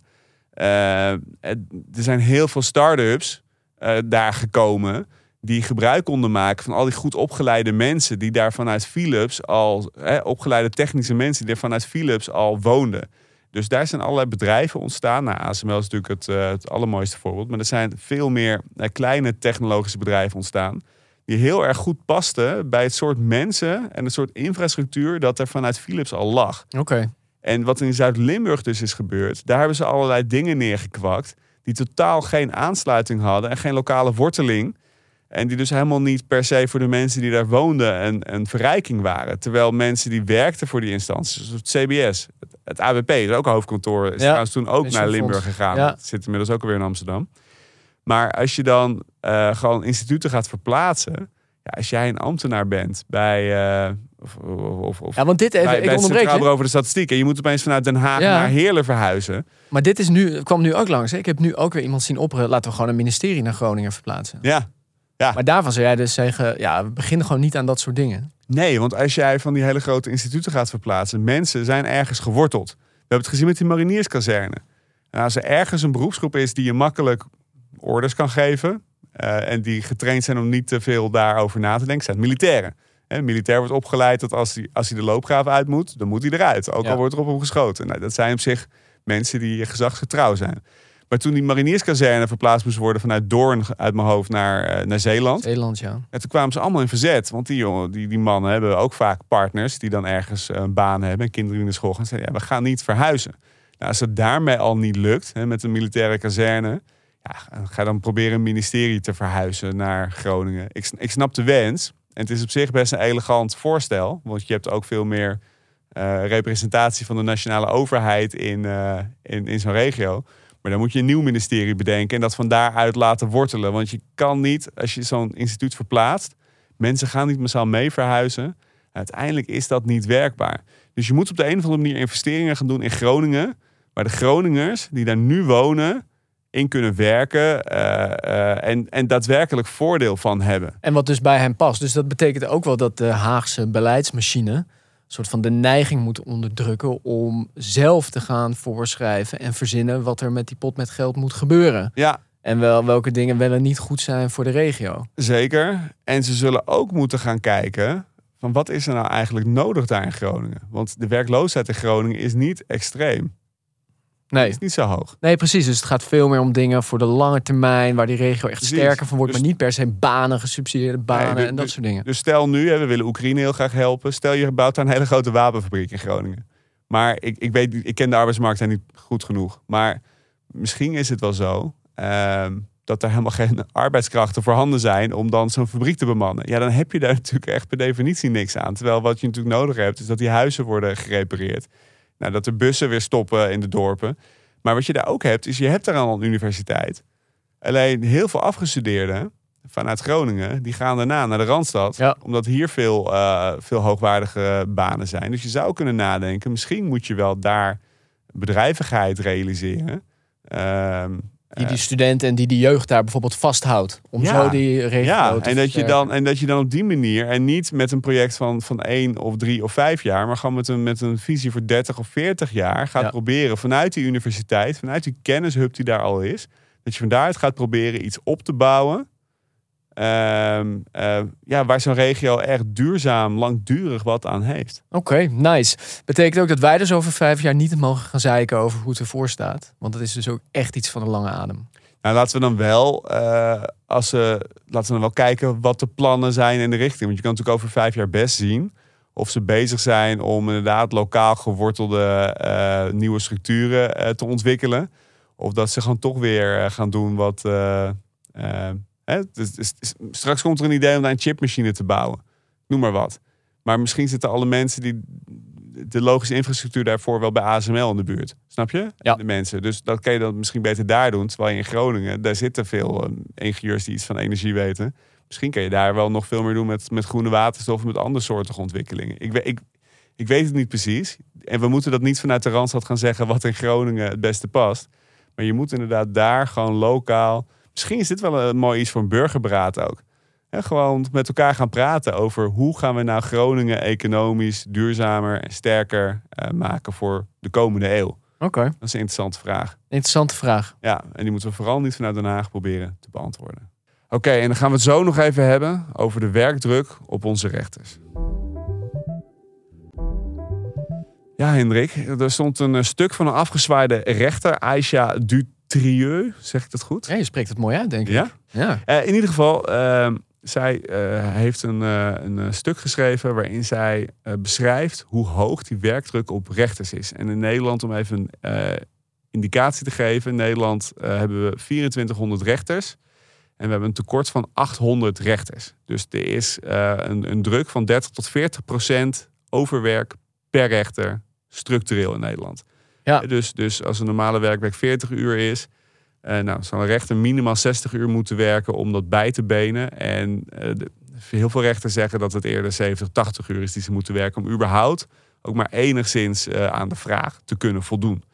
Uh, er zijn heel veel start-ups uh, daar gekomen die gebruik konden maken van al die goed opgeleide mensen die daar vanuit Philips al, he, opgeleide technische mensen die er vanuit Philips al woonden. Dus daar zijn allerlei bedrijven ontstaan. Nou, A S M L is natuurlijk het, uh, het allermooiste voorbeeld, maar er zijn veel meer uh, kleine technologische bedrijven ontstaan die heel erg goed pasten bij het soort mensen en het soort infrastructuur dat er vanuit Philips al lag. Oké. Okay. En wat in Zuid-Limburg dus is gebeurd, daar hebben ze allerlei dingen neergekwakt die totaal geen aansluiting hadden en geen lokale worteling. En die dus helemaal niet per se voor de mensen die daar woonden een, een verrijking waren. Terwijl mensen die werkten voor die instanties, zoals het C B S, het, het A B P, is ook hoofdkantoor, is ja, trouwens toen ook naar Limburg gegaan. Ja. Het zit inmiddels ook alweer in Amsterdam. Maar als je dan uh, gewoon instituten gaat verplaatsen, ja, als jij een ambtenaar bent bij uh, of, of, of ja, want dit even, bij, ik bij het onderbreek Centraal Bureau voor de Statistiek en je moet opeens vanuit Den Haag ja. naar Heerlen verhuizen. Maar dit is nu, kwam nu ook langs. Hè? Ik heb nu ook weer iemand zien opperen, laten we gewoon een ministerie naar Groningen verplaatsen. Ja. Ja. Maar daarvan zou jij dus zeggen, ja, we beginnen gewoon niet aan dat soort dingen. Nee, want als jij van die hele grote instituten gaat verplaatsen, mensen zijn ergens geworteld. We hebben het gezien met die marinierskazerne. En als er ergens een beroepsgroep is die je makkelijk orders kan geven uh, en die getraind zijn om niet te veel daarover na te denken, zijn het militairen. Een militair wordt opgeleid dat als hij, als hij de loopgraven uit moet, dan moet hij eruit. Ook ja. al wordt er op hem geschoten. Nou, dat zijn op zich mensen die gezagsgetrouw zijn. Maar toen die marinierskazerne verplaatst moest worden vanuit Doorn uit mijn hoofd naar, uh, naar Zeeland. Zeeland, ja. En toen kwamen ze allemaal in verzet. Want die, jongen, die, die mannen hebben ook vaak partners die dan ergens een baan hebben en kinderen in de school gaan zeggen, ja, we gaan niet verhuizen. Nou, als het daarmee al niet lukt, hè, met een militaire kazerne, ja, ga dan proberen een ministerie te verhuizen naar Groningen. Ik, ik snap de wens. En het is op zich best een elegant voorstel. Want je hebt ook veel meer uh, representatie van de nationale overheid in, uh, in, in zo'n regio. Maar dan moet je een nieuw ministerie bedenken en dat van daaruit laten wortelen. Want je kan niet, als je zo'n instituut verplaatst, mensen gaan niet massaal mee verhuizen. Uiteindelijk is dat niet werkbaar. Dus je moet op de een of andere manier investeringen gaan doen in Groningen, waar de Groningers die daar nu wonen in kunnen werken uh, uh, en, en daadwerkelijk voordeel van hebben. En wat dus bij hen past. Dus dat betekent ook wel dat de Haagse beleidsmachine een soort van de neiging moet onderdrukken om zelf te gaan voorschrijven en verzinnen wat er met die pot met geld moet gebeuren. Ja. En wel welke dingen wel en niet goed zijn voor de regio. Zeker. En ze zullen ook moeten gaan kijken van wat is er nou eigenlijk nodig daar in Groningen? Want de werkloosheid in Groningen is niet extreem. Nee. Is niet zo hoog. Nee, precies. Dus het gaat veel meer om dingen voor de lange termijn, waar die regio echt Precies. sterker van wordt, Dus, maar niet per se banen, gesubsidieerde banen nee, en dat dus, soort dingen. Dus stel nu, hè, we willen Oekraïne heel graag helpen. Stel je bouwt daar een hele grote wapenfabriek in Groningen. Maar ik, ik weet, ik ken de arbeidsmarkt daar niet goed genoeg. Maar misschien is het wel zo uh, dat er helemaal geen arbeidskrachten voorhanden zijn om dan zo'n fabriek te bemannen. Ja, dan heb je daar natuurlijk echt per definitie niks aan. Terwijl wat je natuurlijk nodig hebt, is dat die huizen worden gerepareerd. Nou, dat de bussen weer stoppen in de dorpen. Maar wat je daar ook hebt, is je hebt daar al een universiteit. Alleen heel veel afgestudeerden vanuit Groningen, die gaan daarna naar de Randstad. Ja. Omdat hier veel, uh, veel hoogwaardige banen zijn. Dus je zou kunnen nadenken, misschien moet je wel daar bedrijvigheid realiseren. Uh, Die die studenten en die die jeugd daar bijvoorbeeld vasthoudt. Om ja, zo die regio ja, te en dat, je versterken. dan, en dat je dan op die manier, en niet met een project van, van één of drie of vijf jaar, maar gewoon met een, met een visie voor dertig of veertig jaar gaat Ja. proberen vanuit die universiteit, vanuit die kennishub die daar al is, dat je van daaruit gaat proberen iets op te bouwen. Um, uh, ja, waar zo'n regio echt duurzaam, langdurig wat aan heeft. Oké, okay, nice. Betekent ook dat wij dus over vijf jaar niet mogen gaan zeiken over hoe het ervoor staat. Want dat is dus ook echt iets van een lange adem. Nou, laten we dan wel, uh, als, uh, laten we dan wel kijken wat de plannen zijn in de richting. Want je kan natuurlijk over vijf jaar best zien of ze bezig zijn om inderdaad lokaal gewortelde uh, nieuwe structuren uh, te ontwikkelen. Of dat ze gewoon toch weer uh, gaan doen wat... Uh, uh, hè? Dus, dus, dus, straks komt er een idee om daar een chipmachine te bouwen. Noem maar wat. Maar misschien zitten alle mensen die de logische infrastructuur daarvoor wel bij A S M L in de buurt. Snap je? Ja. De mensen. Dus dat kan je dan misschien beter daar doen. Terwijl je in Groningen, daar zitten veel um, ingenieurs die iets van energie weten. Misschien kan je daar wel nog veel meer doen met, met groene waterstof en met andere soorten ontwikkelingen. Ik, ik, ik weet het niet precies. En we moeten dat niet vanuit de Randstad gaan zeggen wat in Groningen het beste past. Maar je moet inderdaad daar gewoon lokaal... Misschien is dit wel een mooi iets voor een burgerberaad ook. He, gewoon met elkaar gaan praten over hoe gaan we nou Groningen economisch duurzamer en sterker uh, maken voor de komende eeuw. Oké. Okay. Dat is een interessante vraag. Interessante vraag. Ja, en die moeten we vooral niet vanuit Den Haag proberen te beantwoorden. Oké, okay, en dan gaan we het zo nog even hebben over de werkdruk op onze rechters. Ja, Hendrik, er stond een stuk van een afgezwaaide rechter, Aisha Dutrieu, zeg ik dat goed? Ja, je spreekt het mooi uit, denk ik. Ja? Ja. Uh, in ieder geval, uh, zij uh, heeft een, uh, een stuk geschreven waarin zij uh, beschrijft hoe hoog die werkdruk op rechters is. En in Nederland, om even een uh, indicatie te geven, in Nederland uh, hebben we vierentwintighonderd rechters. En we hebben een tekort van achthonderd rechters. Dus er is uh, een, een druk van dertig tot veertig procent overwerk per rechter structureel in Nederland. Ja. Dus, dus als een normale werkweek veertig uur is, uh, nou, zal een rechter minimaal zestig uur moeten werken om dat bij te benen. En uh, de, heel veel rechters zeggen dat het eerder zeventig, tachtig uur is die ze moeten werken om überhaupt ook maar enigszins uh, aan de vraag te kunnen voldoen.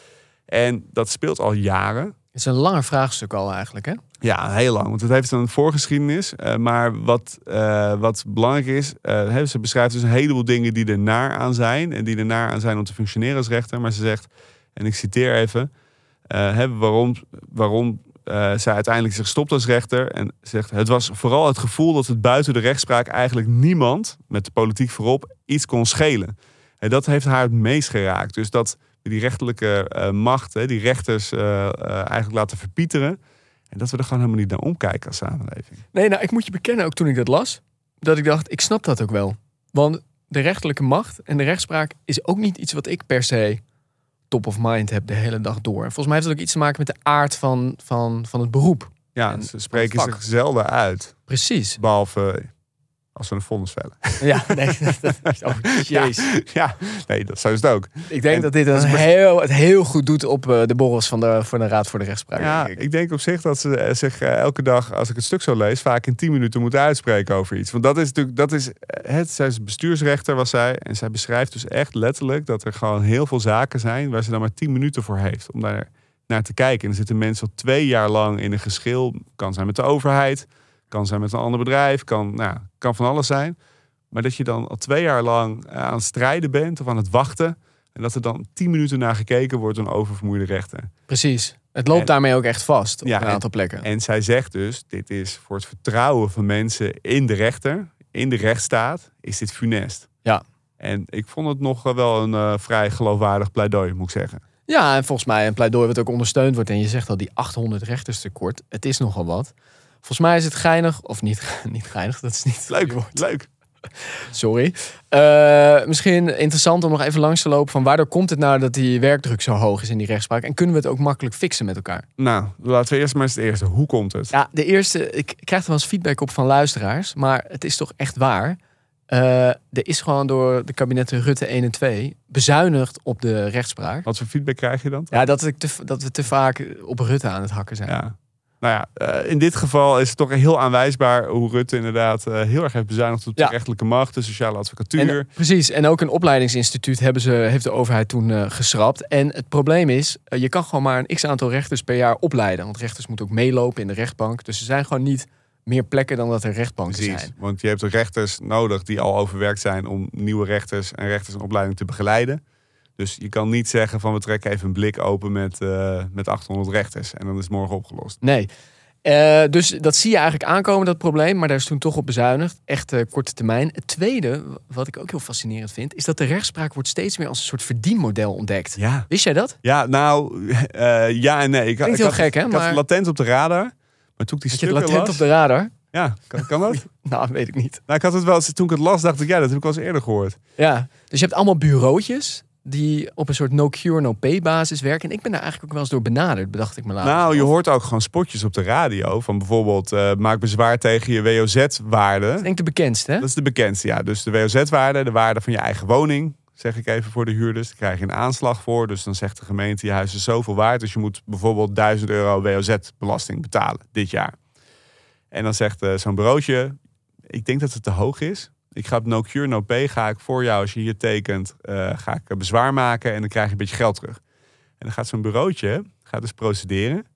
En dat speelt al jaren. Het is een langer vraagstuk al eigenlijk, hè? Ja, heel lang. Want het heeft een voorgeschiedenis. Uh, maar wat, uh, wat belangrijk is, uh, ze beschrijft dus een heleboel dingen die er naar aan zijn. En die er naar aan zijn om te functioneren als rechter. Maar ze zegt, en ik citeer even, uh, hè, waarom, waarom uh, zij uiteindelijk zich stopt als rechter. En zegt, het was vooral het gevoel dat het buiten de rechtspraak eigenlijk niemand, met de politiek voorop, iets kon schelen. En dat heeft haar het meest geraakt. Dus dat die rechterlijke uh, macht, hè, die rechters uh, uh, eigenlijk laten verpieteren. En dat we er gewoon helemaal niet naar omkijken als samenleving. Nee, nou, ik moet je bekennen, ook toen ik dat las, dat ik dacht, ik snap dat ook wel. Want de rechterlijke macht en de rechtspraak is ook niet iets wat ik per se top of mind heb de hele dag door. En volgens mij heeft het ook iets te maken met de aard van, van, van het beroep. Ja, en ze spreken zich zelden uit. Precies. Behalve als we een vonnis vellen. Ja, nee, dat, dat, oh, jeez. Ja, ja, nee, dat zo is het ook. Ik denk en, dat dit een heel, het heel goed doet op uh, de borrels van de, van de Raad voor de Rechtspraak. Ja, denk ik. ik denk op zich dat ze zich uh, elke dag, als ik het stuk zo lees, vaak in tien minuten moeten uitspreken over iets. Want dat is natuurlijk, dat is, het, zij is bestuursrechter was zij. En zij beschrijft dus echt letterlijk dat er gewoon heel veel zaken zijn waar ze dan maar tien minuten voor heeft om daar naar te kijken. En dan zitten mensen al twee jaar lang in een geschil. Kan zijn met de overheid, kan zijn met een ander bedrijf, kan, nou, kan van alles zijn. Maar dat je dan al twee jaar lang aan het strijden bent of aan het wachten. En dat er dan tien minuten naar gekeken wordt door een oververmoeide rechter. Precies. Het loopt en, daarmee ook echt vast op ja, een aantal en, plekken. En zij zegt dus, dit is voor het vertrouwen van mensen in de rechter, in de rechtsstaat is dit funest. Ja. En ik vond het nog wel een uh, vrij geloofwaardig pleidooi, moet ik zeggen. Ja, en volgens mij een pleidooi wat ook ondersteund wordt. En je zegt al, die achthonderd rechters tekort. Het is nogal wat. Volgens mij is het geinig, of niet, niet geinig, dat is niet leuk. Leuk. Sorry. Uh, misschien interessant om nog even langs te lopen van waardoor komt het nou dat die werkdruk zo hoog is in die rechtspraak? En kunnen we het ook makkelijk fixen met elkaar? Nou, laten we eerst maar eens het eerste. Hoe komt het? Ja, de eerste, ik krijg er wel eens feedback op van luisteraars, maar het is toch echt waar. Uh, er is gewoon door de kabinetten Rutte één en twee bezuinigd op de rechtspraak. Wat voor feedback krijg je dan? Ja, dat, ik te, dat we te vaak op Rutte aan het hakken zijn. Ja. Nou ja, uh, in dit geval is het toch heel aanwijsbaar hoe Rutte inderdaad uh, heel erg heeft bezuinigd op de ja. rechterlijke macht, de sociale advocatuur. En, precies, en ook een opleidingsinstituut hebben ze, heeft de overheid toen uh, geschrapt. En het probleem is, uh, je kan gewoon maar een x-aantal rechters per jaar opleiden. Want rechters moeten ook meelopen in de rechtbank. Dus er zijn gewoon niet meer plekken dan dat er rechtbanken Precies, zijn. Want je hebt de rechters nodig die al overwerkt zijn om nieuwe rechters en rechters in opleiding te begeleiden. Dus je kan niet zeggen van we trekken even een blik open met, uh, met achthonderd rechters en dan is het morgen opgelost. Nee. Uh, dus dat zie je eigenlijk aankomen, dat probleem. Maar daar is toen toch op bezuinigd. Echt uh, korte termijn. Het tweede, wat ik ook heel fascinerend vind, is dat de rechtspraak wordt steeds meer als een soort verdienmodel ontdekt. Ja. Wist jij dat? Ja, nou, uh, ja en nee. Ik, Klinkt ik heel had, gek, hè? Ik maar... had het latent op de radar. Maar toen ik die Had je stukken het latent las... op de radar? Ja, kan, kan dat? Nou, weet ik niet. Nou, ik had het wel, toen ik het las, dacht ik, ja, dat heb ik al eens eerder gehoord. Ja, dus je hebt allemaal bureautjes die op een soort no-cure, no-pay basis werken. En ik ben daar eigenlijk ook wel eens door benaderd, bedacht ik me later. Nou, je hoort ook gewoon spotjes op de radio. Van bijvoorbeeld, uh, maak bezwaar tegen je W O Z-waarde. Dat is denk ik de bekendste, hè? Dat is de bekendste, ja. Dus de W O Z-waarde, de waarde van je eigen woning, zeg ik even voor de huurders. Daar krijg je een aanslag voor. Dus dan zegt de gemeente, je huis is zoveel waard. Dus je moet bijvoorbeeld duizend euro W O Z-belasting betalen dit jaar. En dan zegt uh, zo'n bureautje, ik denk dat het te hoog is. Ik ga op no cure, no pay, ga ik voor jou, als je hier tekent, uh, ga ik bezwaar maken en dan krijg je een beetje geld terug. En dan gaat zo'n bureautje, gaat dus procederen.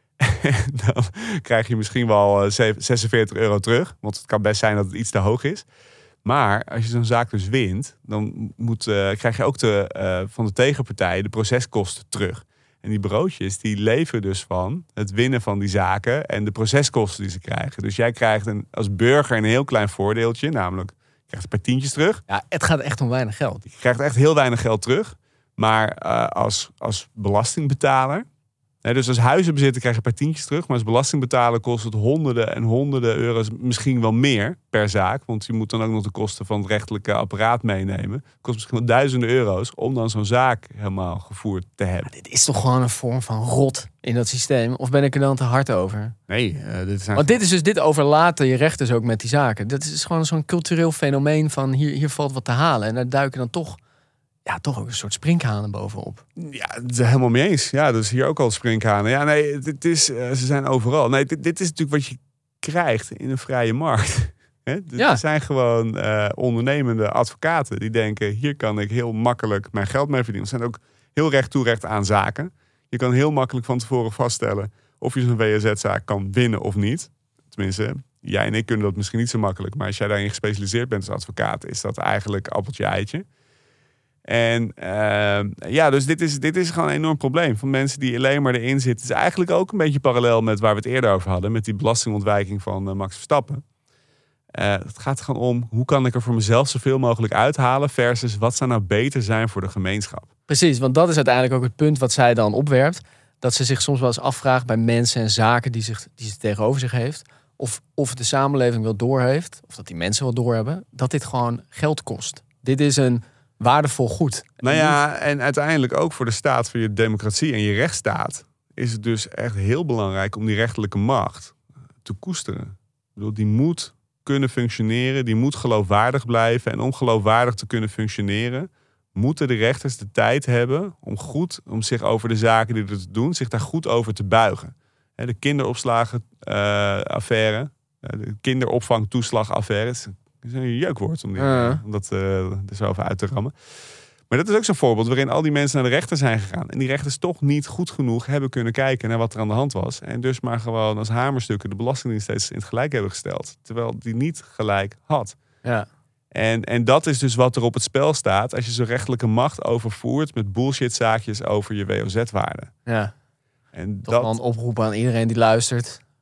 En dan krijg je misschien wel uh, zesenveertig euro terug, want het kan best zijn dat het iets te hoog is. Maar als je zo'n zaak dus wint, dan moet, uh, krijg je ook de, uh, van de tegenpartij de proceskosten terug. En die bureautjes, die leveren dus van het winnen van die zaken en de proceskosten die ze krijgen. Dus jij krijgt een, als burger een heel klein voordeeltje, namelijk je krijgt een paar tientjes terug. Ja, het gaat echt om weinig geld. Je krijgt echt heel weinig geld terug. Maar uh, als, als belastingbetaler, hè, dus als huizenbezitter krijg je een paar tientjes terug. Maar als belastingbetaler kost het honderden en honderden euro's, misschien wel meer per zaak. Want je moet dan ook nog de kosten van het rechtelijke apparaat meenemen. Het kost misschien wel duizenden euro's om dan zo'n zaak helemaal gevoerd te hebben. Ja, dit is toch gewoon een vorm van rot in dat systeem? Of ben ik er dan te hard over? Nee, uh, dit is Want dit is dus, dit overlaten je rechters ook met die zaken. Dat is gewoon zo'n cultureel fenomeen van hier, hier valt wat te halen. En daar duiken dan toch, ja, toch ook een soort sprinkhanen bovenop. Ja, het is helemaal mee eens. Ja, dus hier ook al sprinkhanen. Ja, nee, dit is, uh, ze zijn overal. Nee, dit, dit is natuurlijk wat je krijgt in een vrije markt. He? Dus ja. Er zijn gewoon uh, ondernemende advocaten die denken, hier kan ik heel makkelijk mijn geld mee verdienen. Er zijn ook heel recht toe recht aan zaken. Je kan heel makkelijk van tevoren vaststellen of je zo'n W O Z-zaak kan winnen of niet. Tenminste, jij en ik kunnen dat misschien niet zo makkelijk. Maar als jij daarin gespecialiseerd bent als advocaat, is dat eigenlijk appeltje-eitje. En uh, ja, dus dit is, dit is gewoon een enorm probleem van mensen die alleen maar erin zitten. Het is eigenlijk ook een beetje parallel met waar we het eerder over hadden, met die belastingontwijking van uh, Max Verstappen. Uh, het gaat gewoon om, hoe kan ik er voor mezelf zoveel mogelijk uithalen versus wat zou nou beter zijn voor de gemeenschap. Precies, want dat is uiteindelijk ook het punt wat zij dan opwerpt. Dat ze zich soms wel eens afvraagt bij mensen en zaken die, zich, die ze tegenover zich heeft. Of, of de samenleving wel doorheeft, of dat die mensen wel doorhebben, dat dit gewoon geld kost. Dit is een waardevol goed. Nou ja, en uiteindelijk ook voor de staat van je democratie en je rechtsstaat is het dus echt heel belangrijk om die rechterlijke macht te koesteren. Ik bedoel, die moet kunnen functioneren, die moet geloofwaardig blijven. En om geloofwaardig te kunnen functioneren, moeten de rechters de tijd hebben om goed, om zich over de zaken die er te doen, zich daar goed over te buigen. De kinderopslagenaffaire, uh, de kinderopvangtoeslagaffaire, dat is een jeukwoord om, die, uh. om dat uh, er zo over uit te rammen. Maar dat is ook zo'n voorbeeld waarin al die mensen naar de rechter zijn gegaan. En die rechters toch niet goed genoeg hebben kunnen kijken naar wat er aan de hand was. En dus maar gewoon als hamerstukken de Belastingdienst steeds in het gelijk hebben gesteld. Terwijl die niet gelijk had. Ja. En, en dat is dus wat er op het spel staat als je zo'n rechtelijke macht overvoert met bullshitzaakjes over je W O Z-waarde. Ja. En toch dat... wel een oproep aan iedereen die luistert.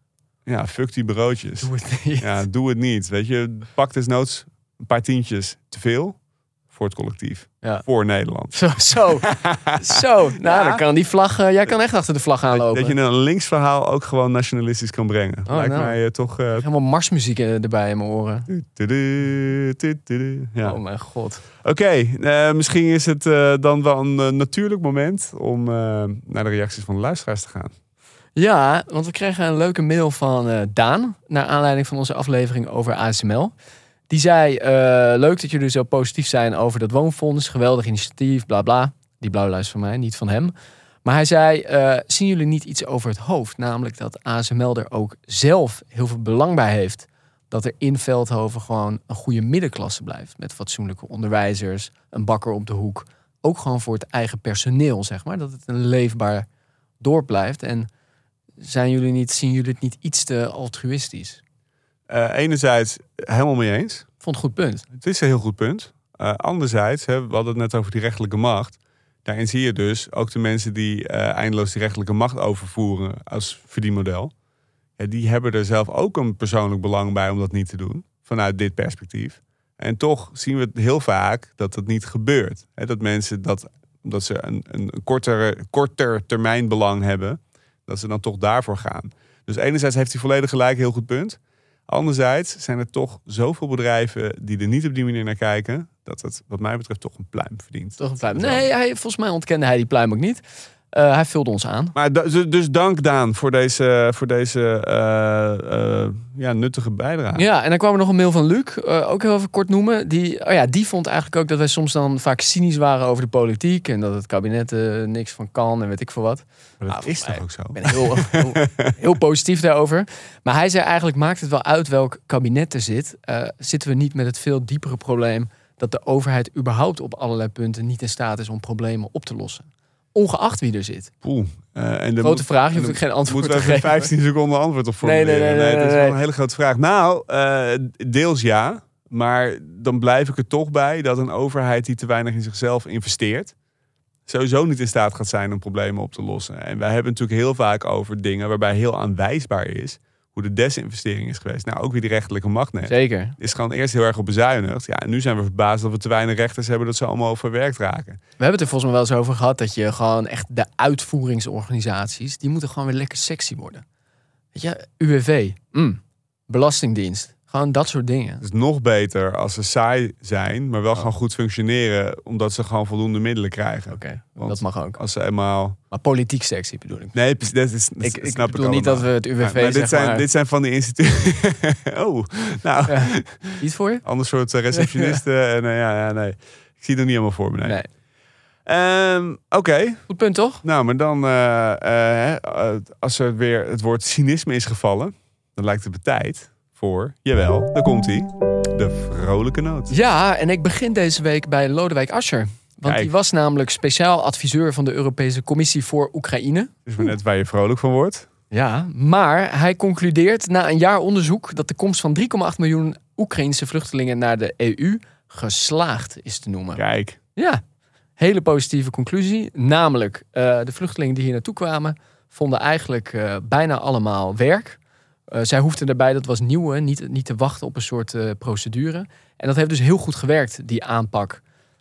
Ja, fuck die broodjes. Doe het niet. Ja, doe het niet. Weet je, pak desnoods een paar tientjes te veel voor het collectief. Ja. Voor Nederland. Zo, zo. zo. Nou, Ja. dan kan die vlag... Uh, jij kan echt achter de vlag aanlopen. Dat je een links verhaal ook gewoon nationalistisch kan brengen. Oh, Lijkt nou. mij uh, toch... Uh, Helemaal marsmuziek uh, erbij in mijn oren. tudu, tudu, ja. Oh mijn god. Oké, okay, uh, misschien is het uh, dan wel een uh, natuurlijk moment om uh, naar de reacties van de luisteraars te gaan. Ja, want we kregen een leuke mail van uh, Daan, naar aanleiding van onze aflevering over A S M L. Die zei, uh, leuk dat jullie zo positief zijn over dat woonfonds, geweldig initiatief, bla bla. Die blauwe lijst van mij, niet van hem. Maar hij zei, uh, zien jullie niet iets over het hoofd? Namelijk dat A S M L er ook zelf heel veel belang bij heeft dat er in Veldhoven gewoon een goede middenklasse blijft. Met fatsoenlijke onderwijzers, een bakker op de hoek. Ook gewoon voor het eigen personeel, zeg maar. Dat het een leefbaar dorp blijft. En zijn jullie niet, zien jullie het niet iets te altruïstisch? Uh, enerzijds helemaal mee eens. Vond het een goed punt. Het is een heel goed punt. Uh, anderzijds, hè, we hadden het net over die rechterlijke macht. Daarin zie je dus ook de mensen die uh, eindeloos die rechterlijke macht overvoeren als verdienmodel. Ja, die hebben er zelf ook een persoonlijk belang bij om dat niet te doen. Vanuit dit perspectief. En toch zien we heel vaak dat dat niet gebeurt. Hè, dat mensen dat, omdat ze een, een korter, korter termijn belang hebben, dat ze dan toch daarvoor gaan. Dus enerzijds heeft hij volledig gelijk, heel goed punt. Anderzijds zijn er toch zoveel bedrijven die er niet op die manier naar kijken, dat het wat mij betreft toch een pluim verdient. Toch een pluim. Nee, hij, volgens mij ontkende hij die pluim ook niet. Uh, hij vulde ons aan. Maar da- dus dank Daan voor deze, voor deze uh, uh, ja, nuttige bijdrage. Ja, en dan kwam er nog een mail van Luc, uh, ook heel even kort noemen. Die, oh ja, die vond eigenlijk ook dat wij soms dan vaak cynisch waren over de politiek en dat het kabinet uh, niks van kan en weet ik veel wat. Maar dat nou, is toch ook zo? Ik ben heel, heel, heel positief daarover. Maar hij zei eigenlijk, maakt het wel uit welk kabinet er zit. Uh, zitten we niet met het veel diepere probleem dat de overheid überhaupt op allerlei punten niet in staat is om problemen op te lossen. Ongeacht wie er zit. Poeh. Uh, en de grote mo- vraag, je hoeft ook geen antwoord te geven. Moeten we even vijftien seconden antwoord op formuleren? Nee, nee, nee, nee, nee, dat is nee. wel een hele grote vraag. Nou, uh, deels ja. Maar dan blijf ik er toch bij dat een overheid die te weinig in zichzelf investeert, sowieso niet in staat gaat zijn om problemen op te lossen. En wij hebben natuurlijk heel vaak over dingen waarbij heel aanwijsbaar is hoe de desinvestering is geweest. Nou, ook weer die rechterlijke macht neemt. Zeker. Is gewoon eerst heel erg op bezuinigd. Ja, en nu zijn we verbaasd dat we te weinig rechters hebben dat ze allemaal overwerkt raken. We hebben het er volgens mij wel eens over gehad dat je gewoon echt de uitvoeringsorganisaties, die moeten gewoon weer lekker sexy worden. Weet je, U W V, mm, Belastingdienst, gewoon dat soort dingen. Het is nog beter als ze saai zijn, maar wel oh. gewoon goed functioneren, omdat ze gewoon voldoende middelen krijgen. Oké, okay, dat mag ook. Als ze eenmaal... Maar politiek sexy bedoel ik. Nee, dat is, dat ik, ik snap bedoel ik niet dat we het U W V ja, maar dit, zijn, maar... dit zijn van die instituten. oh, nou. Ja. Iets voor je? Ander soort receptionisten. ja. En, uh, ja, ja, nee. Ik zie het nog niet helemaal voor me. Nee. nee. Um, Oké. Okay. Goed punt, toch? Nou, maar dan, uh, uh, uh, als er weer het woord cynisme is gevallen, dan lijkt het tijd voor, jawel, daar komt hij, de vrolijke noot. Ja, en ik begin deze week bij Lodewijk Asscher. Want Kijk. die was namelijk speciaal adviseur van de Europese Commissie voor Oekraïne. Dus maar net waar je vrolijk van wordt. Ja, maar hij concludeert na een jaar onderzoek dat de komst van drie komma acht miljoen Oekraïnse vluchtelingen naar de E U geslaagd is te noemen. Kijk. Ja, hele positieve conclusie. Namelijk, uh, de vluchtelingen die hier naartoe kwamen vonden eigenlijk uh, bijna allemaal werk. Uh, zij hoefden daarbij, dat was nieuw, hè, niet, niet te wachten op een soort uh, procedure. En dat heeft dus heel goed gewerkt, die aanpak.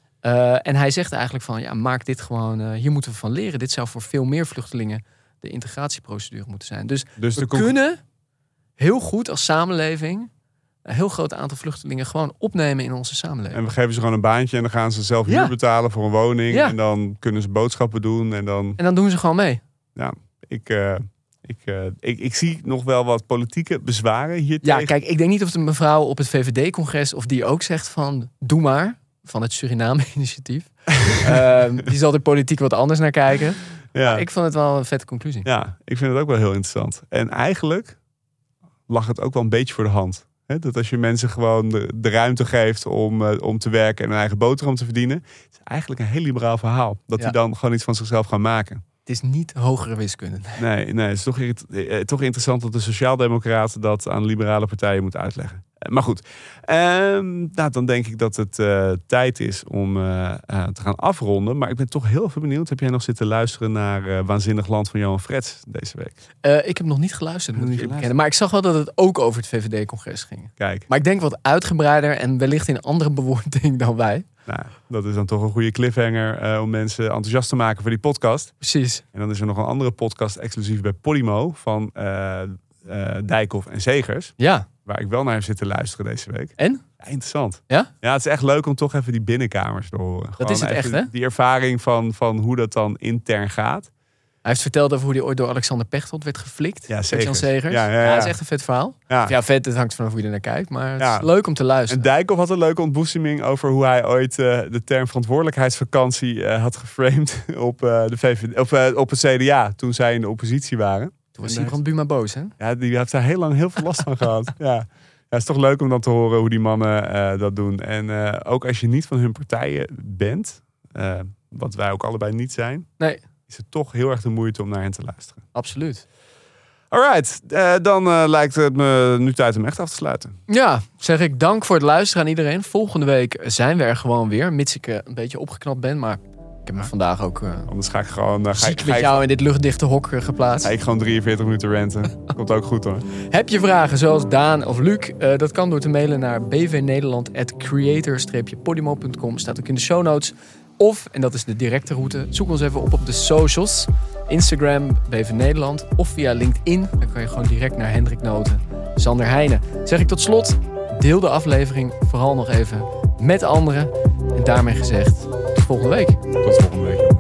Uh, en hij zegt eigenlijk van, ja, maak dit gewoon, uh, hier moeten we van leren. Dit zou voor veel meer vluchtelingen de integratieprocedure moeten zijn. Dus, dus we conc- kunnen heel goed als samenleving een heel groot aantal vluchtelingen gewoon opnemen in onze samenleving. En we geven ze gewoon een baantje en dan gaan ze zelf huur ja. betalen voor een woning. Ja. En dan kunnen ze boodschappen doen. En dan, en dan doen ze gewoon mee. Ja, ik... Uh... Ik, uh, ik, ik zie nog wel wat politieke bezwaren hier Ja, tegen. Kijk, ik denk niet of de mevrouw op het V V D-congres of die ook zegt van doe maar, van het Suriname-initiatief. uh, die zal er politiek wat anders naar kijken. Ja. Maar ik vond het wel een vette conclusie. Ja, ik vind het ook wel heel interessant. En eigenlijk lag het ook wel een beetje voor de hand. He, dat als je mensen gewoon de, de ruimte geeft om, uh, om te werken en een eigen boterham te verdienen. Het is eigenlijk een heel liberaal verhaal. Dat ja. die dan gewoon iets van zichzelf gaan maken. Het is niet hogere wiskunde. Nee, nee, het is toch, eh, toch interessant dat de Sociaaldemocraten dat aan liberale partijen moeten uitleggen. Eh, maar goed, ehm, nou, dan denk ik dat het uh, tijd is om uh, uh, te gaan afronden. Maar ik ben toch heel veel benieuwd. Heb jij nog zitten luisteren naar uh, Waanzinnig Land van Johan Frets deze week? Uh, ik heb nog niet geluisterd, moet Niet ik geluisterd. bekennen. Maar ik zag wel dat het ook over het V V D-congres ging. Kijk. Maar ik denk wat uitgebreider en wellicht in andere bewoording dan wij. Nou, dat is dan toch een goede cliffhanger uh, om mensen enthousiast te maken voor die podcast. Precies. En dan is er nog een andere podcast exclusief bij Podimo van uh, uh, Dijkhoff en Zegers. Ja. Waar ik wel naar heb zitten luisteren deze week. En? Ja, interessant. Ja? Ja, het is echt leuk om toch even die binnenkamers te horen. Dat Gewoon is het even echt, hè? Die ervaring van, van hoe dat dan intern gaat. Hij heeft verteld over hoe hij ooit door Alexander Pechtold werd geflikt. Ja, Gert-Jan Zegers. Zegers. Ja, ja, ja. Ja, dat is echt een vet verhaal. Ja. Ja, vet, het hangt vanaf hoe je er naar kijkt. Maar het Ja. is leuk om te En luisteren. Dijkhoff had een leuke ontboezeming over hoe hij ooit uh, de term verantwoordelijkheidsvakantie uh, had geframed op, uh, de V V D, of, uh, op het C D A toen zij in de oppositie waren. Toen was Sibrand Buma boos, hè? Ja, die heeft daar heel lang heel veel last van gehad. Ja. Ja, het is toch leuk om dan te horen hoe die mannen uh, dat doen. En uh, ook als je niet van hun partijen bent, uh, wat wij ook allebei niet zijn, Nee, is het toch heel erg de moeite om naar hen te luisteren. absoluut. Alright, uh, dan uh, lijkt het me nu tijd om echt af te sluiten. Ja, zeg ik dank voor het luisteren aan iedereen. Volgende week zijn we er gewoon weer. Mits ik uh, een beetje opgeknapt ben. Maar ik heb me vandaag ook uh, Anders ga ik gewoon, uh, ga ziek ik, ga met ik, jou in dit luchtdichte hok uh, geplaatst. ga ik gewoon drieënveertig minuten ranten. Komt ook goed hoor. Heb je vragen zoals Daan of Luc? Uh, dat kan door te mailen naar b v nederland at creator dash podimo punt com. Staat ook in de show notes. Of, en dat is de directe route, zoek ons even op op de socials. Instagram, B V Nederland. Of via LinkedIn. Dan kan je gewoon direct naar Hendrik Noten, Sander Heijnen. Zeg ik tot slot, deel de aflevering vooral nog even met anderen. En daarmee gezegd, tot volgende week. Tot volgende week.